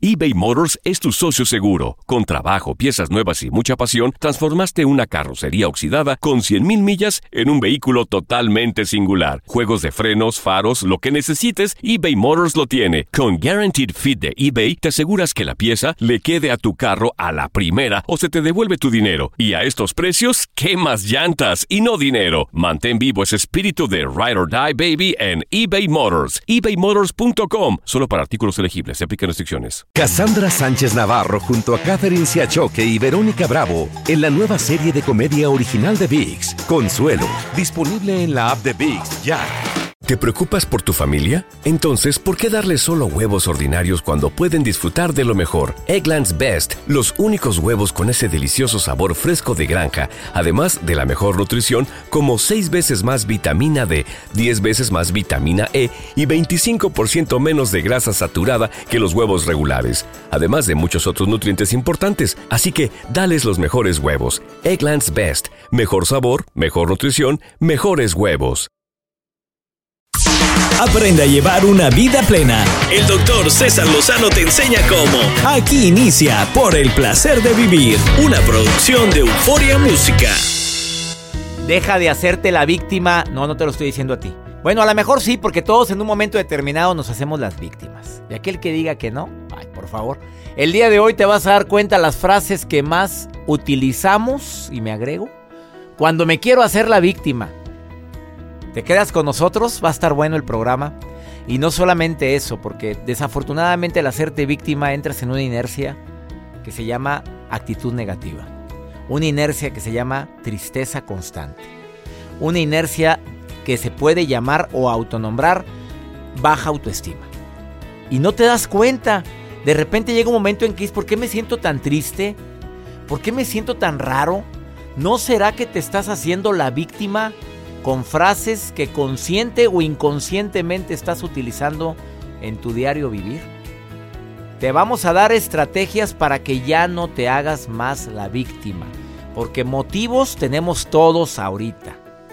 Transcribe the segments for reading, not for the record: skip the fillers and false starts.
eBay Motors es tu socio seguro. Con trabajo, piezas nuevas y mucha pasión, transformaste una carrocería oxidada con 100,000 millas en un vehículo totalmente singular. Juegos de frenos, faros, lo que necesites, eBay Motors lo tiene. Con Guaranteed Fit de eBay, te aseguras que la pieza le quede a tu carro a la primera o se te devuelve tu dinero. Y a estos precios, ¿qué más llantas y no dinero? Mantén vivo ese espíritu de Ride or Die, baby, en eBay Motors. ebaymotors.com. Solo para artículos elegibles. Se aplican restricciones. Cassandra Sánchez Navarro junto a Catherine Siachoque y Verónica Bravo en la nueva serie de comedia original de ViX, Consuelo, disponible en la app de ViX ya. ¿Te preocupas por tu familia? Entonces, ¿por qué darles solo huevos ordinarios cuando pueden disfrutar de lo mejor? Eggland's Best, los únicos huevos con ese delicioso sabor fresco de granja, además de la mejor nutrición, como 6 veces más vitamina D, 10 veces más vitamina E y 25% menos de grasa saturada que los huevos regulares, además de muchos otros nutrientes importantes. Así que, dales los mejores huevos. Eggland's Best, mejor sabor, mejor nutrición, mejores huevos. Aprende a llevar una vida plena. El doctor César Lozano te enseña cómo. Aquí inicia Por el placer de vivir, una producción de Euforia Música. Deja de hacerte la víctima. No te lo estoy diciendo a ti. Bueno, a lo mejor sí, porque todos en un momento determinado nos hacemos las víctimas. Y aquel que diga que no, ay, por favor. El día de hoy te vas a dar cuenta las frases que más utilizamos, y me agrego, cuando me quiero hacer la víctima. ¿Te quedas con nosotros? Va a estar bueno el programa. Y no solamente eso, porque desafortunadamente al hacerte víctima entras en una inercia que se llama actitud negativa. Una inercia que se llama tristeza constante. Una inercia que se puede llamar o autonombrar baja autoestima. Y no te das cuenta. De repente llega un momento en que dices, ¿por qué me siento tan triste? ¿Por qué me siento tan raro? ¿No será que te estás haciendo la víctima con frases que consciente o inconscientemente estás utilizando en tu diario vivir? Te vamos a dar estrategias para que ya no te hagas más la víctima, porque motivos tenemos todos ahorita,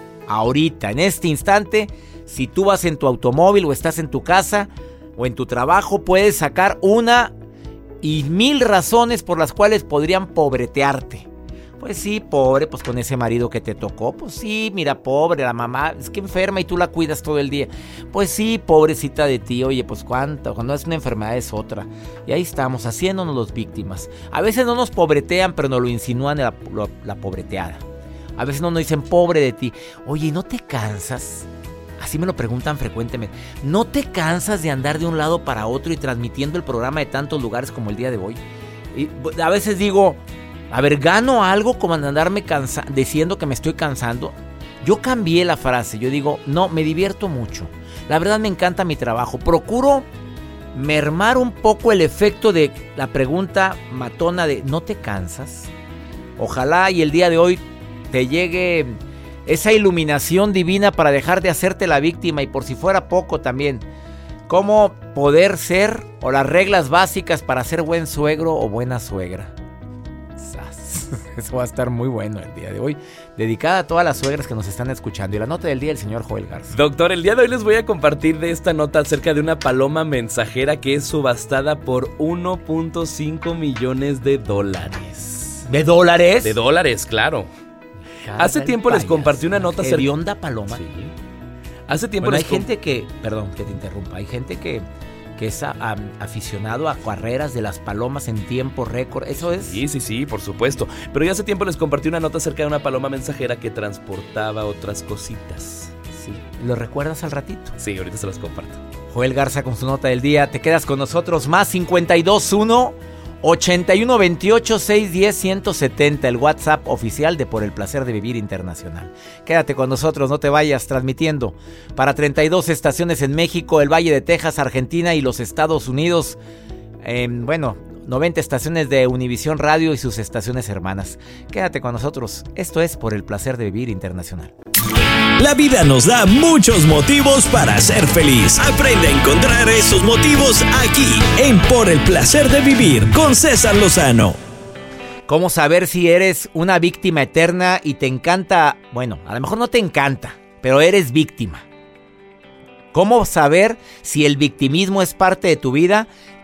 en este instante. Si tú vas en tu automóvil o estás en tu casa o en tu trabajo, puedes sacar 1 y 1000 razones por las cuales podrían pobretearte. Pues sí, pobre, pues con ese marido que te tocó. Pues sí, mira, pobre, la mamá es que enferma y tú la cuidas todo el día. Pues sí, pobrecita de ti, oye, pues cuánto, cuando es una enfermedad es otra. Y ahí estamos, haciéndonos los víctimas. A veces no nos pobretean, pero nos lo insinúan la pobreteada. A veces no nos dicen, pobre de ti. Oye, ¿no te cansas? Así me lo preguntan frecuentemente. ¿No te cansas de andar de un lado para otro y transmitiendo el programa de tantos lugares como el día de hoy? Y a veces digo, a ver, ¿gano algo como andarme diciendo que me estoy cansando? Yo cambié la frase, yo digo, no, me divierto mucho. La verdad me encanta mi trabajo. Procuro mermar un poco el efecto de la pregunta matona de ¿no te cansas? Ojalá y el día de hoy te llegue esa iluminación divina para dejar de hacerte la víctima, y por si fuera poco también, cómo poder ser o las reglas básicas para ser buen suegro o buena suegra. Eso va a estar muy bueno el día de hoy, dedicada a todas las suegras que nos están escuchando. Y la nota del día del señor Joel Garza. Doctor, el día de hoy les voy a compartir de esta nota acerca de una paloma mensajera que es subastada por $1.5 millones. ¿De dólares? De dólares, claro. Hace tiempo les compartí una nota acerca... ¿Hedionda paloma? Sí. Hace tiempo hay gente que... Perdón que te interrumpa. Hay gente que es aficionado a carreras de las palomas en tiempo récord. ¿Eso es? Sí, por supuesto. Pero ya hace tiempo les compartí una nota acerca de una paloma mensajera que transportaba otras cositas. Sí. ¿Lo recuerdas al ratito? Sí, ahorita se las comparto. Joel Garza con su nota del día. Te quedas con nosotros. Más 521 8128 610 170, el WhatsApp oficial de Por el Placer de Vivir Internacional. Quédate con nosotros, no te vayas, transmitiendo para 32 estaciones en México, el Valle de Texas, Argentina y los Estados Unidos. 90 estaciones de Univisión Radio y sus estaciones hermanas. Quédate con nosotros, esto es Por el Placer de Vivir Internacional. La vida nos da muchos motivos para ser feliz. Aprende a encontrar esos motivos aquí, en Por el Placer de Vivir, con César Lozano. ¿Cómo saber si eres una víctima eterna y te encanta? Bueno, a lo mejor no te encanta, pero eres víctima. ¿Cómo saber si el victimismo es parte de tu vida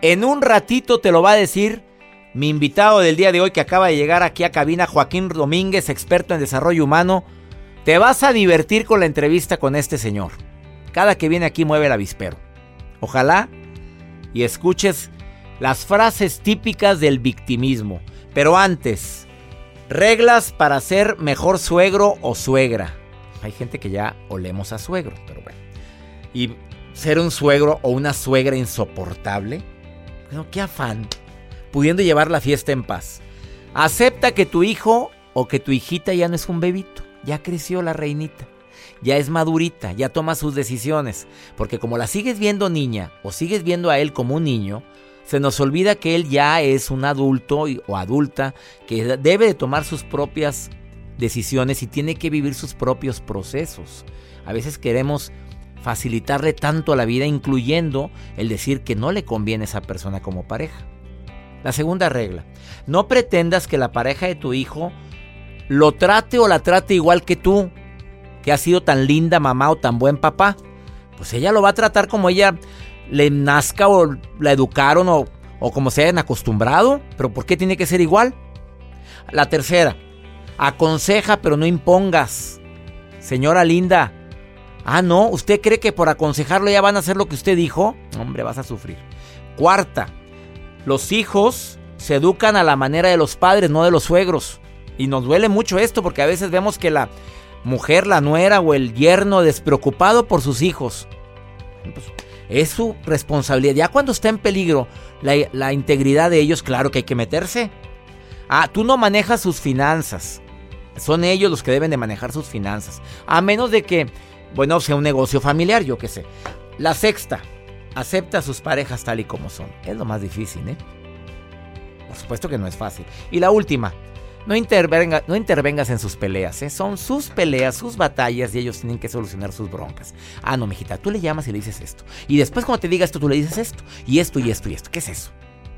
En un ratito te lo va a decir mi invitado del día de hoy que acaba de llegar aquí a cabina, Joaquín Domínguez, experto en desarrollo humano. Te vas a divertir con la entrevista con este señor. Cada que viene aquí mueve el avispero. Ojalá y escuches las frases típicas del victimismo. Pero antes, reglas para ser mejor suegro o suegra. Hay gente que ya olemos a suegro, pero bueno. Y ser un suegro o una suegra insoportable. Bueno, qué afán. Pudiendo llevar la fiesta en paz. Acepta que tu hijo o que tu hijita ya no es un bebito. Ya creció la reinita. Ya es madurita, ya toma sus decisiones. Porque como la sigues viendo niña o sigues viendo a él como un niño, se nos olvida que él ya es un adulto o adulta que debe de tomar sus propias decisiones y tiene que vivir sus propios procesos. A veces queremos facilitarle tanto la vida, incluyendo el decir que no le conviene a esa persona como pareja. La segunda regla, no pretendas que la pareja de tu hijo lo trate o la trate igual que tú, que ha sido tan linda mamá o tan buen papá. Pues ella lo va a tratar como ella le nazca o la educaron o como se hayan acostumbrado. Pero ¿por qué tiene que ser igual? La tercera, aconseja pero no impongas. Señora linda, no, ¿usted cree que por aconsejarlo ya van a hacer lo que usted dijo? Hombre, vas a sufrir. Cuarta, los hijos se educan a la manera de los padres, no de los suegros. Y nos duele mucho esto porque a veces vemos que la mujer, la nuera o el yerno despreocupado por sus hijos. Pues, es su responsabilidad. Ya cuando está en peligro la integridad de ellos, claro que hay que meterse. Tú no manejas sus finanzas. Son ellos los que deben de manejar sus finanzas. A menos de que, sea un negocio familiar, yo qué sé. La sexta, acepta a sus parejas tal y como son. Es lo más difícil, ¿eh? Por supuesto que no es fácil. Y la última, no intervengas en sus peleas, ¿eh? Son sus peleas, sus batallas y ellos tienen que solucionar sus broncas. No, mijita, tú le llamas y le dices esto. Y después cuando te diga esto, tú le dices esto. Y esto, y esto, y esto. ¿Qué es eso?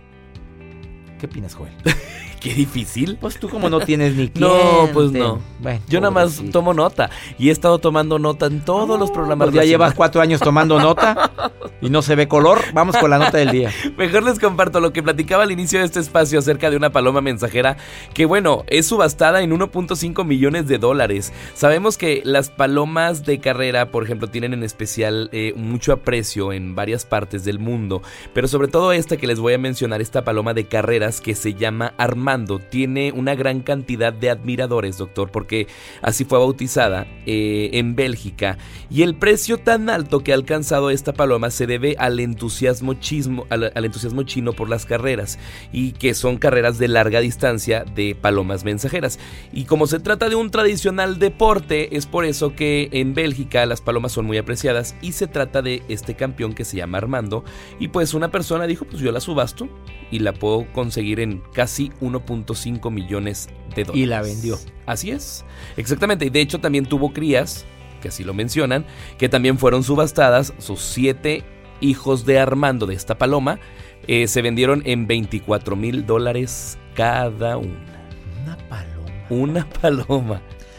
¿Qué opinas, Joel? Qué difícil. Pues tú como no tienes ni cliente. No, pues no. Bueno, yo nada más tomo nota. Y he estado tomando nota en todos los programas. Pues ya llevas 4 años tomando nota y no se ve color. Vamos con la nota del día. Mejor les comparto lo que platicaba al inicio de este espacio acerca de una paloma mensajera que, es subastada en $1.5 millones. Sabemos que las palomas de carrera, por ejemplo, tienen en especial mucho aprecio en varias partes del mundo. Pero sobre todo esta que les voy a mencionar, esta paloma de carreras que se llama Armando, tiene una gran cantidad de admiradores, doctor, porque así fue bautizada en Bélgica. Y el precio tan alto que ha alcanzado esta paloma se debe al entusiasmo chino por las carreras, y que son carreras de larga distancia de palomas mensajeras. Y como se trata de un tradicional deporte, es por eso que en Bélgica las palomas son muy apreciadas, y se trata de este campeón que se llama Armando. Y pues una persona dijo, pues yo la subasto y la puedo conseguir en casi $1.5 millones. Y la vendió. Así es, exactamente. Y de hecho también tuvo crías, que así lo mencionan, que también fueron subastadas. Sus 7 hijos de Armando, de esta paloma, se vendieron en $24,000 cada una. Una paloma.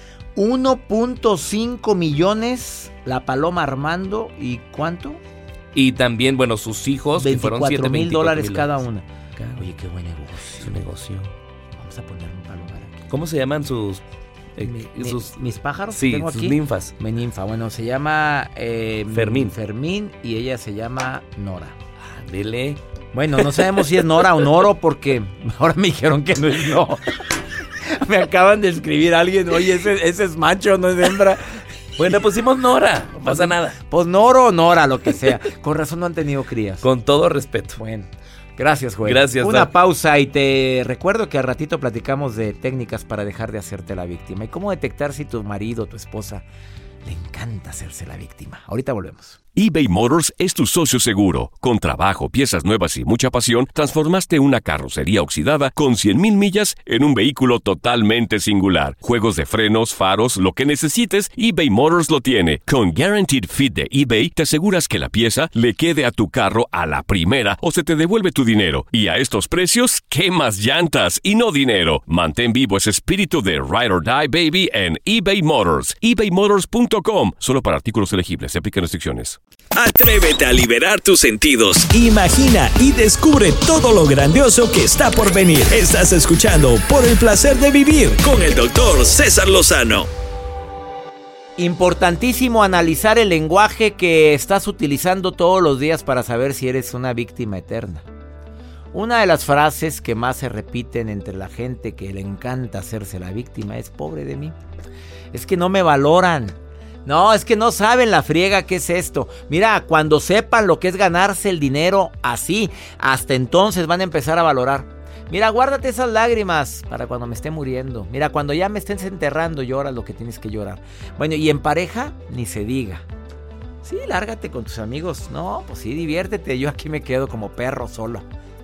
1.5 millones la paloma Armando. ¿Y cuánto? Y también, sus hijos, que fueron $24,000 cada una. Oye, qué buen negocio. Su negocio. Vamos a poner un palomar aquí. ¿Cómo se llaman sus mis pájaros? Sí, que tengo sus aquí. ninfas. Mi ninfa. Bueno, se llama Fermín. Y ella se llama Nora. Dele. Bueno, no sabemos si es Nora o Noro porque ahora me dijeron que no es Nora. Me acaban de escribir a alguien, oye, ese es macho, no es hembra. Bueno, pusimos Nora, no pasa nada. Pues Noro o Nora, lo que sea. Con razón no han tenido crías. Con todo respeto. Bueno, gracias, Joel. Gracias. Una pausa y te recuerdo que al ratito platicamos de técnicas para dejar de hacerte la víctima y cómo detectar si tu marido o tu esposa le encanta hacerse la víctima. Ahorita volvemos. eBay Motors es tu socio seguro. Con trabajo, piezas nuevas y mucha pasión, transformaste una carrocería oxidada con 100,000 millas en un vehículo totalmente singular. Juegos de frenos, faros, lo que necesites, eBay Motors lo tiene. Con Guaranteed Fit de eBay, te aseguras que la pieza le quede a tu carro a la primera o se te devuelve tu dinero. Y a estos precios, ¿qué más llantas y no dinero? Mantén vivo ese espíritu de Ride or Die, baby, en eBay Motors. ebaymotors.com. Solo para artículos elegibles. Se aplican restricciones. Atrévete a liberar tus sentidos. Imagina y descubre todo lo grandioso que está por venir. Estás escuchando Por el Placer de Vivir con el Dr. César Lozano. Importantísimo analizar el lenguaje que estás utilizando todos los días para saber si eres una víctima eterna. Una de las frases que más se repiten entre la gente que le encanta hacerse la víctima es: pobre de mí. Es que no me valoran. No, es que no saben la friega que es esto. Mira, cuando sepan lo que es ganarse el dinero así, hasta entonces van a empezar a valorar. Mira, guárdate esas lágrimas para cuando me esté muriendo. Mira, cuando ya me estés enterrando, llora lo que tienes que llorar. Bueno, y en pareja, ni se diga. Sí, lárgate con tus amigos. No, pues sí, diviértete. Yo aquí me quedo como perro sola.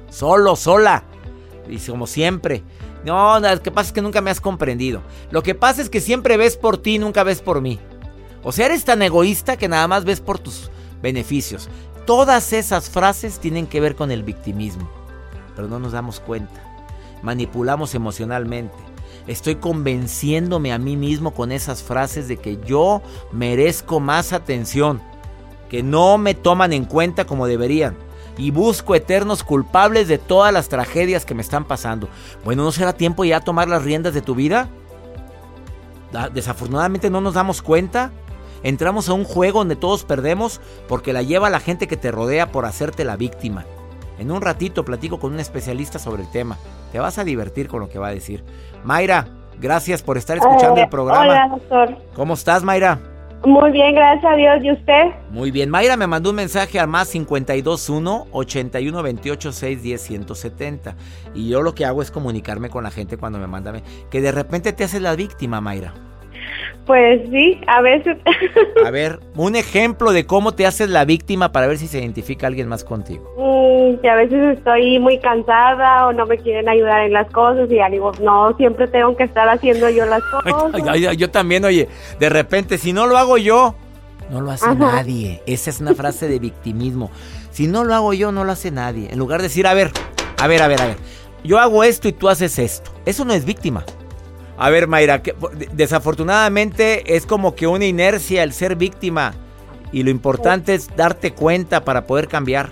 Y como siempre. No, lo que pasa es que nunca me has comprendido. Lo que pasa es que siempre ves por ti, nunca ves por mí. O sea, eres tan egoísta que nada más ves por tus beneficios. Todas esas frases tienen que ver con el victimismo, pero no nos damos cuenta. Manipulamos emocionalmente. Estoy convenciéndome a mí mismo con esas frases de que yo merezco más atención, que no me toman en cuenta como deberían, y busco eternos culpables de todas las tragedias que me están pasando. Bueno, ¿no será tiempo ya tomar las riendas de tu vida? Desafortunadamente no nos damos cuenta. Entramos a un juego donde todos perdemos porque la lleva la gente que te rodea por hacerte la víctima. En un ratito platico con un especialista sobre el tema. Te vas a divertir con lo que va a decir. Mayra, gracias por estar escuchando el programa. Hola, doctor. ¿Cómo estás, Mayra? Muy bien, gracias a Dios. ¿Y usted? Muy bien. Mayra me mandó un mensaje al más 521 81 28 610 170. Y yo lo que hago es comunicarme con la gente cuando me manda que de repente te haces la víctima, Mayra. Pues sí, a veces. A ver, un ejemplo de cómo te haces la víctima para ver si se identifica alguien más contigo. Que a veces estoy muy cansada o no me quieren ayudar en las cosas y ya digo, no, siempre tengo que estar haciendo yo las cosas. Yo también, oye, de repente, si no lo hago yo, no lo hace nadie. Esa es una frase de victimismo. Si no lo hago yo, no lo hace nadie. En lugar de decir, a ver, yo hago esto y tú haces esto. Eso no es víctima. A ver, Mayra, desafortunadamente es como que una inercia el ser víctima y lo importante es darte cuenta para poder cambiar.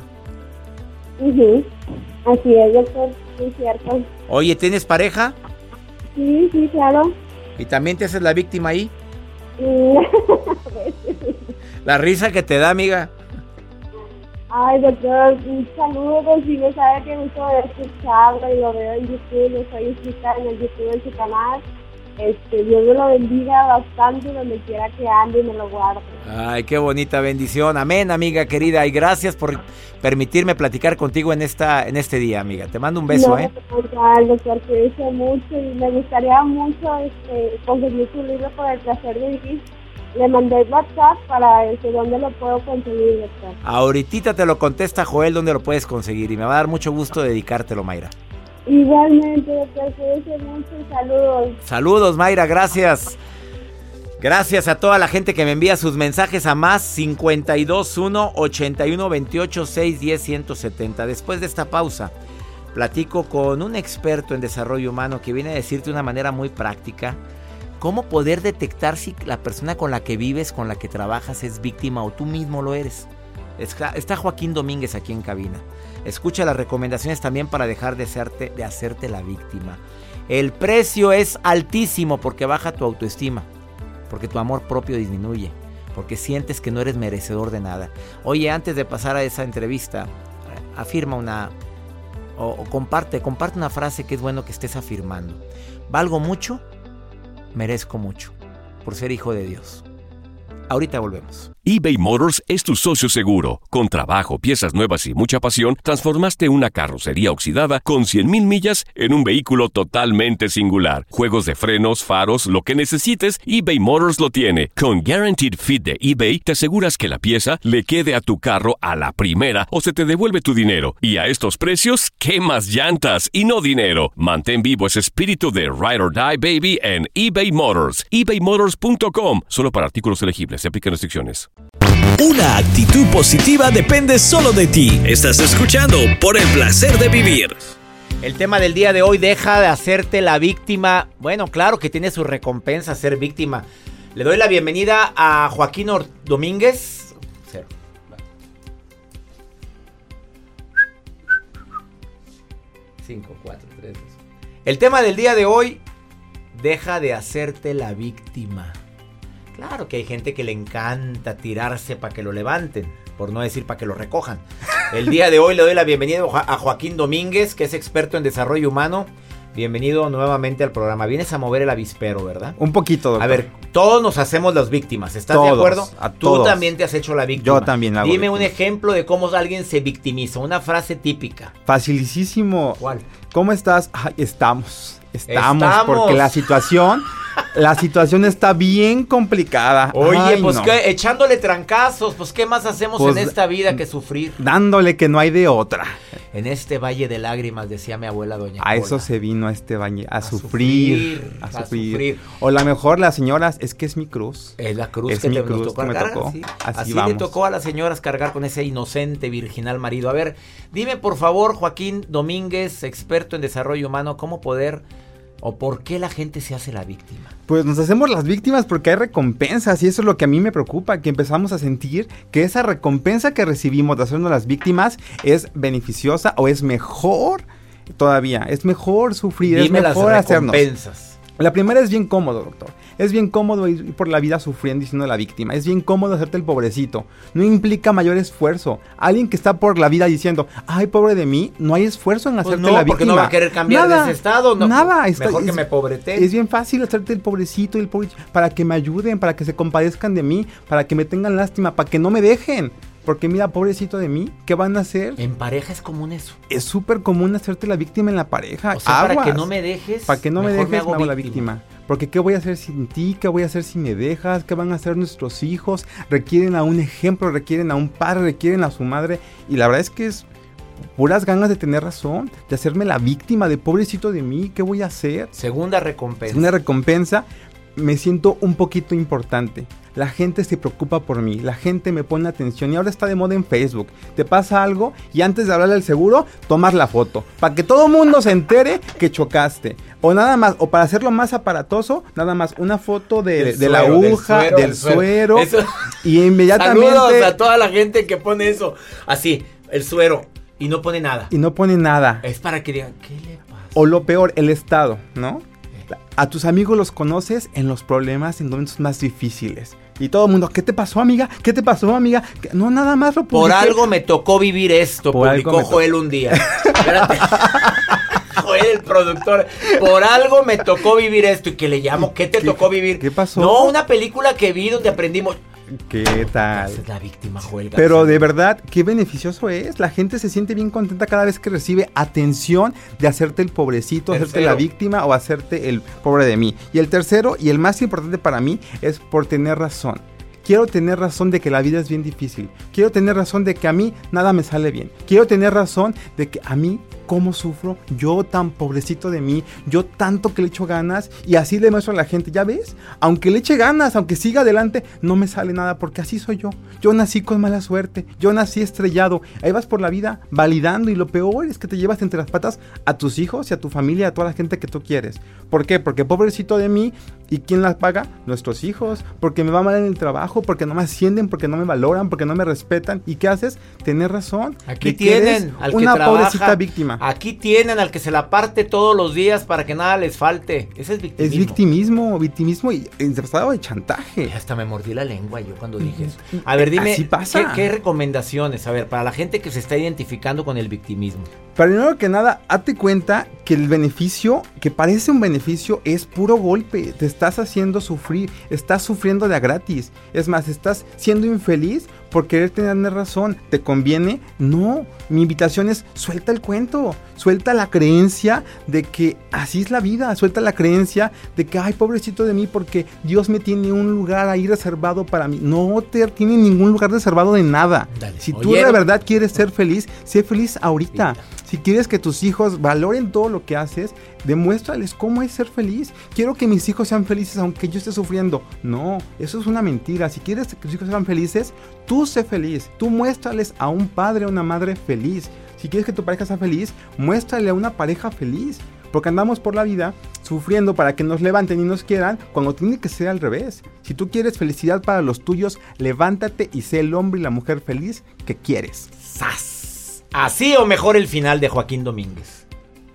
Así es, doctor, es cierto. Oye, ¿tienes pareja? Sí, claro. ¿Y también te haces la víctima ahí? La risa que te da, amiga. Ay, doctor, un saludo, si me sabe que gusto de escucharlo y lo veo en YouTube, lo estoy inscrita en el YouTube en su canal. Dios me lo bendiga bastante donde quiera que ande y me lo guarde. Ay, qué bonita bendición. Amén, amiga querida. Y gracias por permitirme platicar contigo en este día, amiga. Te mando un beso, No, doctor, cuídese mucho y me gustaría mucho conseguir su libro Por el Placer de Vivir. Le mandé WhatsApp para dónde lo puedo conseguir, doctor. Ahorita te lo contesta Joel dónde lo puedes conseguir y me va a dar mucho gusto dedicártelo, Mayra. Igualmente, doctor, cuídese mucho y saludos. Saludos, Mayra, gracias. Gracias a toda la gente que me envía sus mensajes a más 521 81 28 610 170. Después de esta pausa, platico con un experto en desarrollo humano que viene a decirte de una manera muy práctica cómo poder detectar si la persona con la que vives, con la que trabajas, es víctima o tú mismo lo eres. Está Joaquín Domínguez aquí en cabina. Escucha las recomendaciones también para dejar de hacerte la víctima. El precio es altísimo porque baja tu autoestima, porque tu amor propio disminuye, porque sientes que no eres merecedor de nada. Oye, antes de pasar a esa entrevista, afirma comparte una frase que es bueno que estés afirmando. ¿Valgo mucho? Merezco mucho por ser hijo de Dios. Ahorita volvemos. eBay Motors es tu socio seguro. Con trabajo, piezas nuevas y mucha pasión, transformaste una carrocería oxidada con 100,000 millas en un vehículo totalmente singular. Juegos de frenos, faros, lo que necesites, eBay Motors lo tiene. Con Guaranteed Fit de eBay, te aseguras que la pieza le quede a tu carro a la primera o se te devuelve tu dinero. Y a estos precios, ¿qué más llantas y no dinero? Mantén vivo ese espíritu de Ride or Die, baby, en eBay Motors. ebaymotors.com. Solo para artículos elegibles. Se aplican restricciones. Una actitud positiva depende solo de ti. Estás escuchando Por el Placer de Vivir. El tema del día de hoy, deja de hacerte la víctima. Bueno, claro que tiene su recompensa ser víctima. Le doy la bienvenida a Joaquín Domínguez. 5, 4, 3, 2. El tema del día de hoy, deja de hacerte la víctima. Claro que hay gente que le encanta tirarse para que lo levanten, por no decir para que lo recojan. El día de hoy le doy la bienvenida a Joaquín Domínguez, que es experto en desarrollo humano. Bienvenido nuevamente al programa. Vienes a mover el avispero, ¿verdad? Un poquito, doctor. A ver, todos nos hacemos las víctimas, ¿estás todos, de acuerdo? Tú todos. También te has hecho la víctima. Yo también hago Dime víctima. un ejemplo de cómo alguien se victimiza, una frase típica. Facilísimo. ¿Cuál? ¿Cómo estás? Ay, estamos, Estamos. porque la situación está bien complicada. Oye, Ay, pues no. ¿qué? Echándole trancazos, pues ¿qué más hacemos Pues, en esta vida que sufrir? Dándole que no hay de otra. En este valle de lágrimas, decía mi abuela doña A Pola. eso se vino a este baño, a sufrir, sufrir, a sufrir. O a lo mejor las señoras, es que es mi cruz. Es la cruz Es que mi nos cruz tocó que me cargar, tocó. sí. Así Así vamos. le tocó a las señoras cargar con ese inocente, virginal marido. A ver, dime por favor, Joaquín Domínguez, experto en desarrollo humano, ¿cómo poder o por qué la gente se hace la víctima? Pues nos hacemos las víctimas porque hay recompensas y eso es lo que a mí me preocupa, que empezamos a sentir que esa recompensa que recibimos de hacernos las víctimas es beneficiosa o es mejor todavía, es mejor sufrir, Dime es mejor las hacernos. recompensas. La primera es bien cómodo, doctor. Es bien cómodo ir por la vida sufriendo y siendo la víctima. Es bien cómodo hacerte el pobrecito. No implica mayor esfuerzo. Alguien que está por la vida diciendo, ay, pobre de mí, no hay esfuerzo en hacerte Pues no, la víctima. porque no va a querer cambiar de ese estado. No, nada. Mejor que me pobrete. Es bien fácil hacerte el pobrecito y el pobre para que me ayuden, para que se compadezcan de mí, para que me tengan lástima, para que no me dejen. Porque mira, pobrecito de mí, ¿qué van a hacer? En pareja es común eso. Es súper común hacerte la víctima en la pareja. O sea, para Aguas. que no me dejes. Para que no me mejor dejes, me hago la víctima. Porque ¿qué voy a hacer sin ti? ¿Qué voy a hacer si me dejas? ¿Qué van a hacer nuestros hijos? Requieren a un ejemplo, requieren a un padre, requieren a su madre. Y la verdad es que es puras ganas de tener razón, de hacerme la víctima, de pobrecito de mí. ¿Qué voy a hacer? Segunda recompensa. Una recompensa, me siento un poquito importante. La gente se preocupa por mí, la gente me pone atención y ahora está de moda en Facebook. Te pasa algo y antes de hablarle al seguro, tomas la foto. Para que todo el mundo se entere que chocaste. O nada más, o para hacerlo más aparatoso, nada más una foto de la aguja, del suero. Eso. Y inmediatamente... Saludos a toda la gente que pone eso. Así, el suero. Y no pone nada. Y no pone nada. Es para que digan, ¿qué le pasa? O lo peor, el estado, ¿no? A tus amigos los conoces en los problemas, en momentos más difíciles. Y todo el mundo, ¿qué te pasó, amiga? ¿Qué te pasó, amiga? No, nada más lo publiqué. Por algo me tocó vivir esto, Por publicó algo me Joel un día. Espérate. Joel, el productor. Por algo me tocó vivir esto. Y que le llamo, ¿qué te tocó vivir? ¿Qué pasó? No, una película que vi donde aprendimos. ¿Qué tal? Esa es la víctima, Joel. Pero García. de verdad, qué beneficioso es. La gente se siente bien contenta cada vez que recibe atención de hacerte el pobrecito, hacerte Tercero. la víctima o hacerte el pobre de mí. Y el tercero, y el más importante para mí, es por tener razón. Quiero tener razón de que la vida es bien difícil. Quiero tener razón de que a mí nada me sale bien. Quiero tener razón de que a mí, cómo sufro, yo tan pobrecito de mí, yo tanto que le echo ganas y así le muestro a la gente, ¿ya ves? Aunque le eche ganas, aunque siga adelante, no me sale nada porque así soy yo. Yo nací con mala suerte, yo nací estrellado. Ahí vas por la vida validando y lo peor es que te llevas entre las patas a tus hijos y a tu familia, a toda la gente que tú quieres. ¿Por qué? Porque pobrecito de mí, ¿y quién las paga? Nuestros hijos, porque me va mal en el trabajo, porque no me ascienden, porque no me valoran, porque no me respetan. ¿Y qué haces? Tener razón. Aquí de que eres tienen al que una trabaja, pobrecita víctima. Aquí tienen al que se la parte todos los días para que nada les falte. Ese es victimismo. Es victimismo y disfrazado de chantaje. Y hasta me mordí la lengua yo cuando dije eso. A ver, dime, Así pasa. ¿qué recomendaciones? A ver, para la gente que se está identificando con el victimismo. Primero que nada, hazte cuenta que el beneficio, que parece un beneficio, es puro golpe. Te estás haciendo sufrir, estás sufriendo de a gratis. Es más, estás siendo infeliz por querer tener razón. ¿Te conviene? No. Mi invitación es suelta el cuento, suelta la creencia de que así es la vida, suelta la creencia de que, ay, pobrecito de mí, porque Dios me tiene un lugar ahí reservado para mí. No te tiene ningún lugar reservado de nada. Dale. Si tú ¿Oyeron? de verdad quieres ser feliz, sé feliz ahorita. Si quieres que tus hijos valoren todo lo que haces, demuéstrales cómo es ser feliz. Quiero que mis hijos sean felices aunque yo esté sufriendo. No, eso es una mentira. Si quieres que tus hijos sean felices, tú sé feliz. Tú muéstrales a un padre o una madre feliz. Si quieres que tu pareja sea feliz, muéstrale a una pareja feliz. Porque andamos por la vida sufriendo para que nos levanten y nos quieran cuando tiene que ser al revés. Si tú quieres felicidad para los tuyos, levántate y sé el hombre y la mujer feliz que quieres. ¡Sas! Así o mejor el final de Joaquín Domínguez.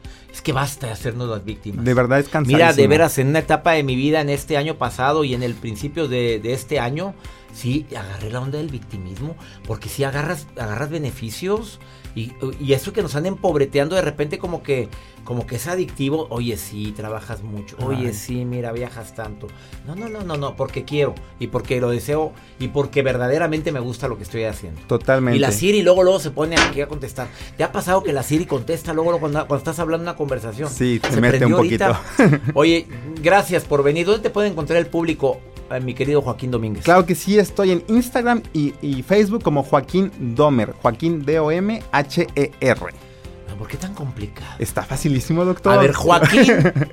que basta de hacernos las víctimas. De verdad es cansadísimo. Mira, de veras, en una etapa de mi vida, en este año pasado y en el principio de este año, sí, agarré la onda del victimismo, porque sí agarras beneficios y eso que nos andan pobreteando de repente como que es adictivo. Oye, sí, trabajas mucho. Oye, sí, mira, viajas tanto. No, porque quiero y porque lo deseo y porque verdaderamente me gusta lo que estoy haciendo. Totalmente. Y la Siri luego se pone aquí a contestar. ¿Te ha pasado que la Siri contesta luego cuando estás hablando una conversación? Sí, se mete un poquito. Oye, gracias por venir. ¿Dónde te puede encontrar el público, mi querido Joaquín Domínguez? Claro que sí, estoy en Instagram y Facebook como Joaquín Domer, Joaquín Domher. ¿Por qué tan complicado? Está facilísimo, doctor. A ver, Joaquín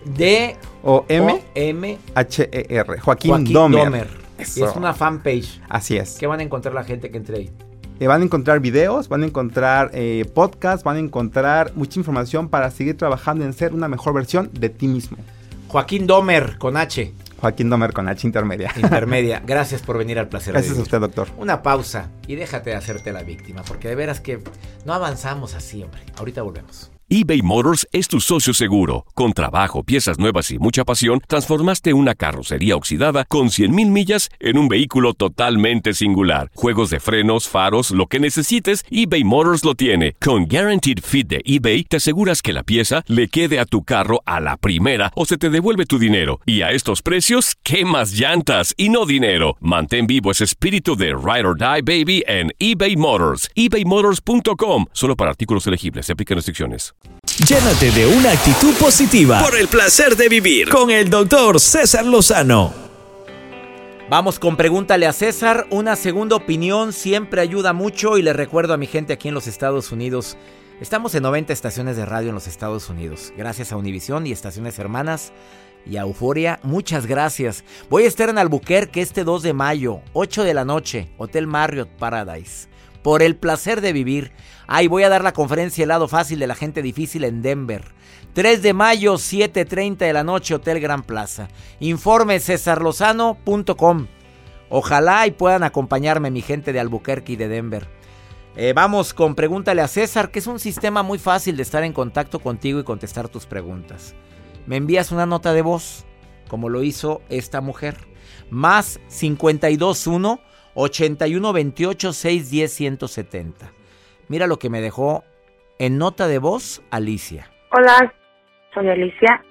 D-O-M-H-E-R. Joaquín Domer. Es una fanpage. Así es. ¿Qué van a encontrar la gente que entre ahí? Van a encontrar videos, van a encontrar podcasts, van a encontrar mucha información para seguir trabajando en ser una mejor versión de ti mismo. Joaquín Domer con H. Joaquín Domer con H intermedia. Intermedia. Gracias por venir al placer. Gracias a usted, doctor. Una pausa y déjate de hacerte la víctima, porque de veras que no avanzamos así, hombre. Ahorita volvemos. eBay Motors es tu socio seguro. Con trabajo, piezas nuevas y mucha pasión, transformaste una carrocería oxidada con 100,000 millas en un vehículo totalmente singular. Juegos de frenos, faros, lo que necesites, eBay Motors lo tiene. Con Guaranteed Fit de eBay, te aseguras que la pieza le quede a tu carro a la primera o se te devuelve tu dinero. Y a estos precios, ¿qué más llantas y no dinero? Mantén vivo ese espíritu de Ride or Die, baby, en eBay Motors. ebaymotors.com. Solo para artículos elegibles. Se aplican restricciones. Llénate de una actitud positiva por el placer de vivir con el doctor César Lozano. Vamos con Pregúntale a César. Una segunda opinión siempre ayuda mucho y le recuerdo a mi gente aquí en los Estados Unidos. Estamos en 90 estaciones de radio en los Estados Unidos. Gracias a Univisión y estaciones hermanas y a Euforia. Muchas gracias. Voy a estar en Albuquerque este 2 de mayo, 8 de la noche, Hotel Marriott Paradise. Por el placer de vivir. Ahí voy a dar la conferencia El lado fácil de la gente difícil en Denver. 3 de mayo, 7:30 de la noche, Hotel Gran Plaza. Informe cesarlozano.com. Ojalá y puedan acompañarme mi gente de Albuquerque y de Denver. Vamos con Pregúntale a César, que es un sistema muy fácil de estar en contacto contigo y contestar tus preguntas. Me envías una nota de voz, como lo hizo esta mujer. Más 521 8128 610 170. Mira lo que me dejó en nota de voz Alicia. Hola, soy Alicia.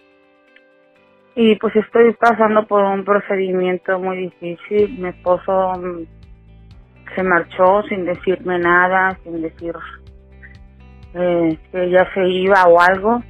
Y pues estoy pasando por un procedimiento muy difícil. Mi esposo se marchó sin decirme nada, sin decir que ya se iba o algo.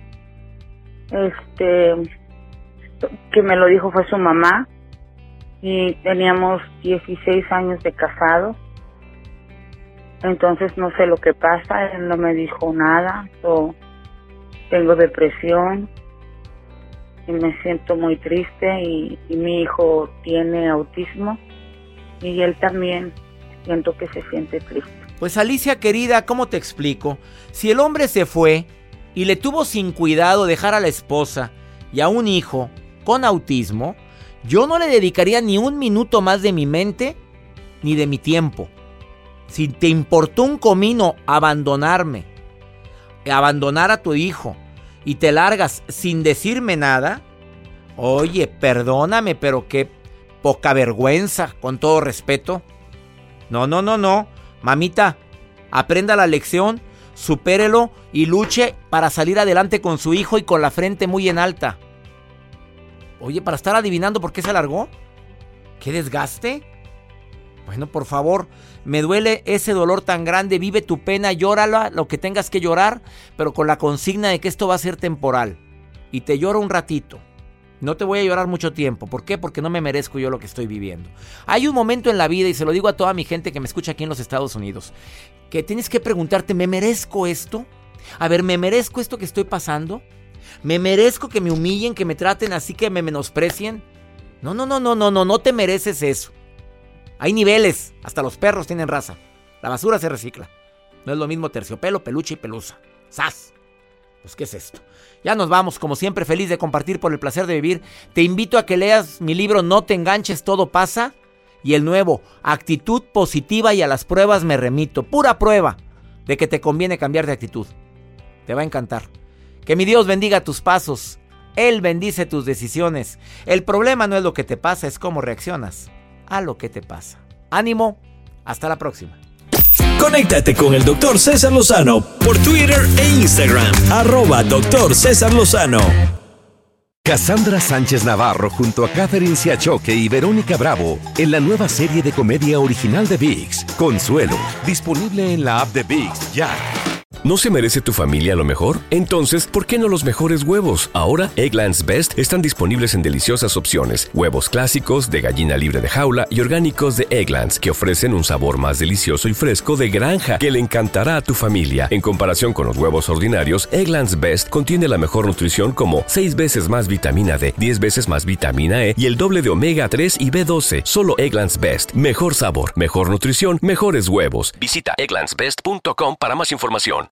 Que me lo dijo fue su mamá. Y teníamos 16 años de casados. Entonces no sé lo que pasa, él no me dijo nada. Yo tengo depresión y me siento muy triste y mi hijo tiene autismo y él también siento que se siente triste. Pues Alicia querida, ¿cómo te explico? Si el hombre se fue y le tuvo sin cuidado dejar a la esposa y a un hijo con autismo, yo no le dedicaría ni un minuto más de mi mente ni de mi tiempo. Si te importó un comino abandonarme, abandonar a tu hijo y te largas sin decirme nada, oye, perdóname, pero qué poca vergüenza, con todo respeto. No, mamita, aprenda la lección, supérelo y luche para salir adelante con su hijo y con la frente muy en alta. Oye, para estar adivinando por qué se largó. ¿Qué desgaste? Bueno, por favor, me duele ese dolor tan grande. Vive tu pena, llórala, lo que tengas que llorar, pero con la consigna de que esto va a ser temporal. Y te lloro un ratito. No te voy a llorar mucho tiempo. ¿Por qué? Porque no me merezco yo lo que estoy viviendo. Hay un momento en la vida, y se lo digo a toda mi gente que me escucha aquí en los Estados Unidos, que tienes que preguntarte, ¿me merezco esto? A ver, ¿me merezco esto que estoy pasando? ¿Me merezco que me humillen, que me traten así, que me menosprecien? No te mereces eso. Hay niveles, hasta los perros tienen raza. La basura se recicla. No es lo mismo terciopelo, peluche y pelusa. ¡Sas! Pues, ¿qué es esto? Ya nos vamos, como siempre, feliz de compartir por el placer de vivir. Te invito a que leas mi libro No te enganches, todo pasa. Y el nuevo, Actitud Positiva y a las pruebas me remito. Pura prueba de que te conviene cambiar de actitud. Te va a encantar. Que mi Dios bendiga tus pasos. Él bendice tus decisiones. El problema no es lo que te pasa, es cómo reaccionas a lo que te pasa. Ánimo, hasta la próxima. Conéctate con el Dr. César Lozano por Twitter e Instagram, @Dr. César Lozano. Cassandra Sánchez Navarro junto a Catherine Siachoque y Verónica Bravo en la nueva serie de comedia original de ViX, Consuelo, disponible en la app de ViX ya. ¿No se merece tu familia lo mejor? Entonces, ¿por qué no los mejores huevos? Ahora, Eggland's Best están disponibles en deliciosas opciones. Huevos clásicos, de gallina libre de jaula y orgánicos de Eggland's, que ofrecen un sabor más delicioso y fresco de granja que le encantará a tu familia. En comparación con los huevos ordinarios, Eggland's Best contiene la mejor nutrición como 6 veces más vitamina D, 10 veces más vitamina E y el doble de omega 3 y B12. Solo Eggland's Best. Mejor sabor, mejor nutrición, mejores huevos. Visita egglandsbest.com para más información.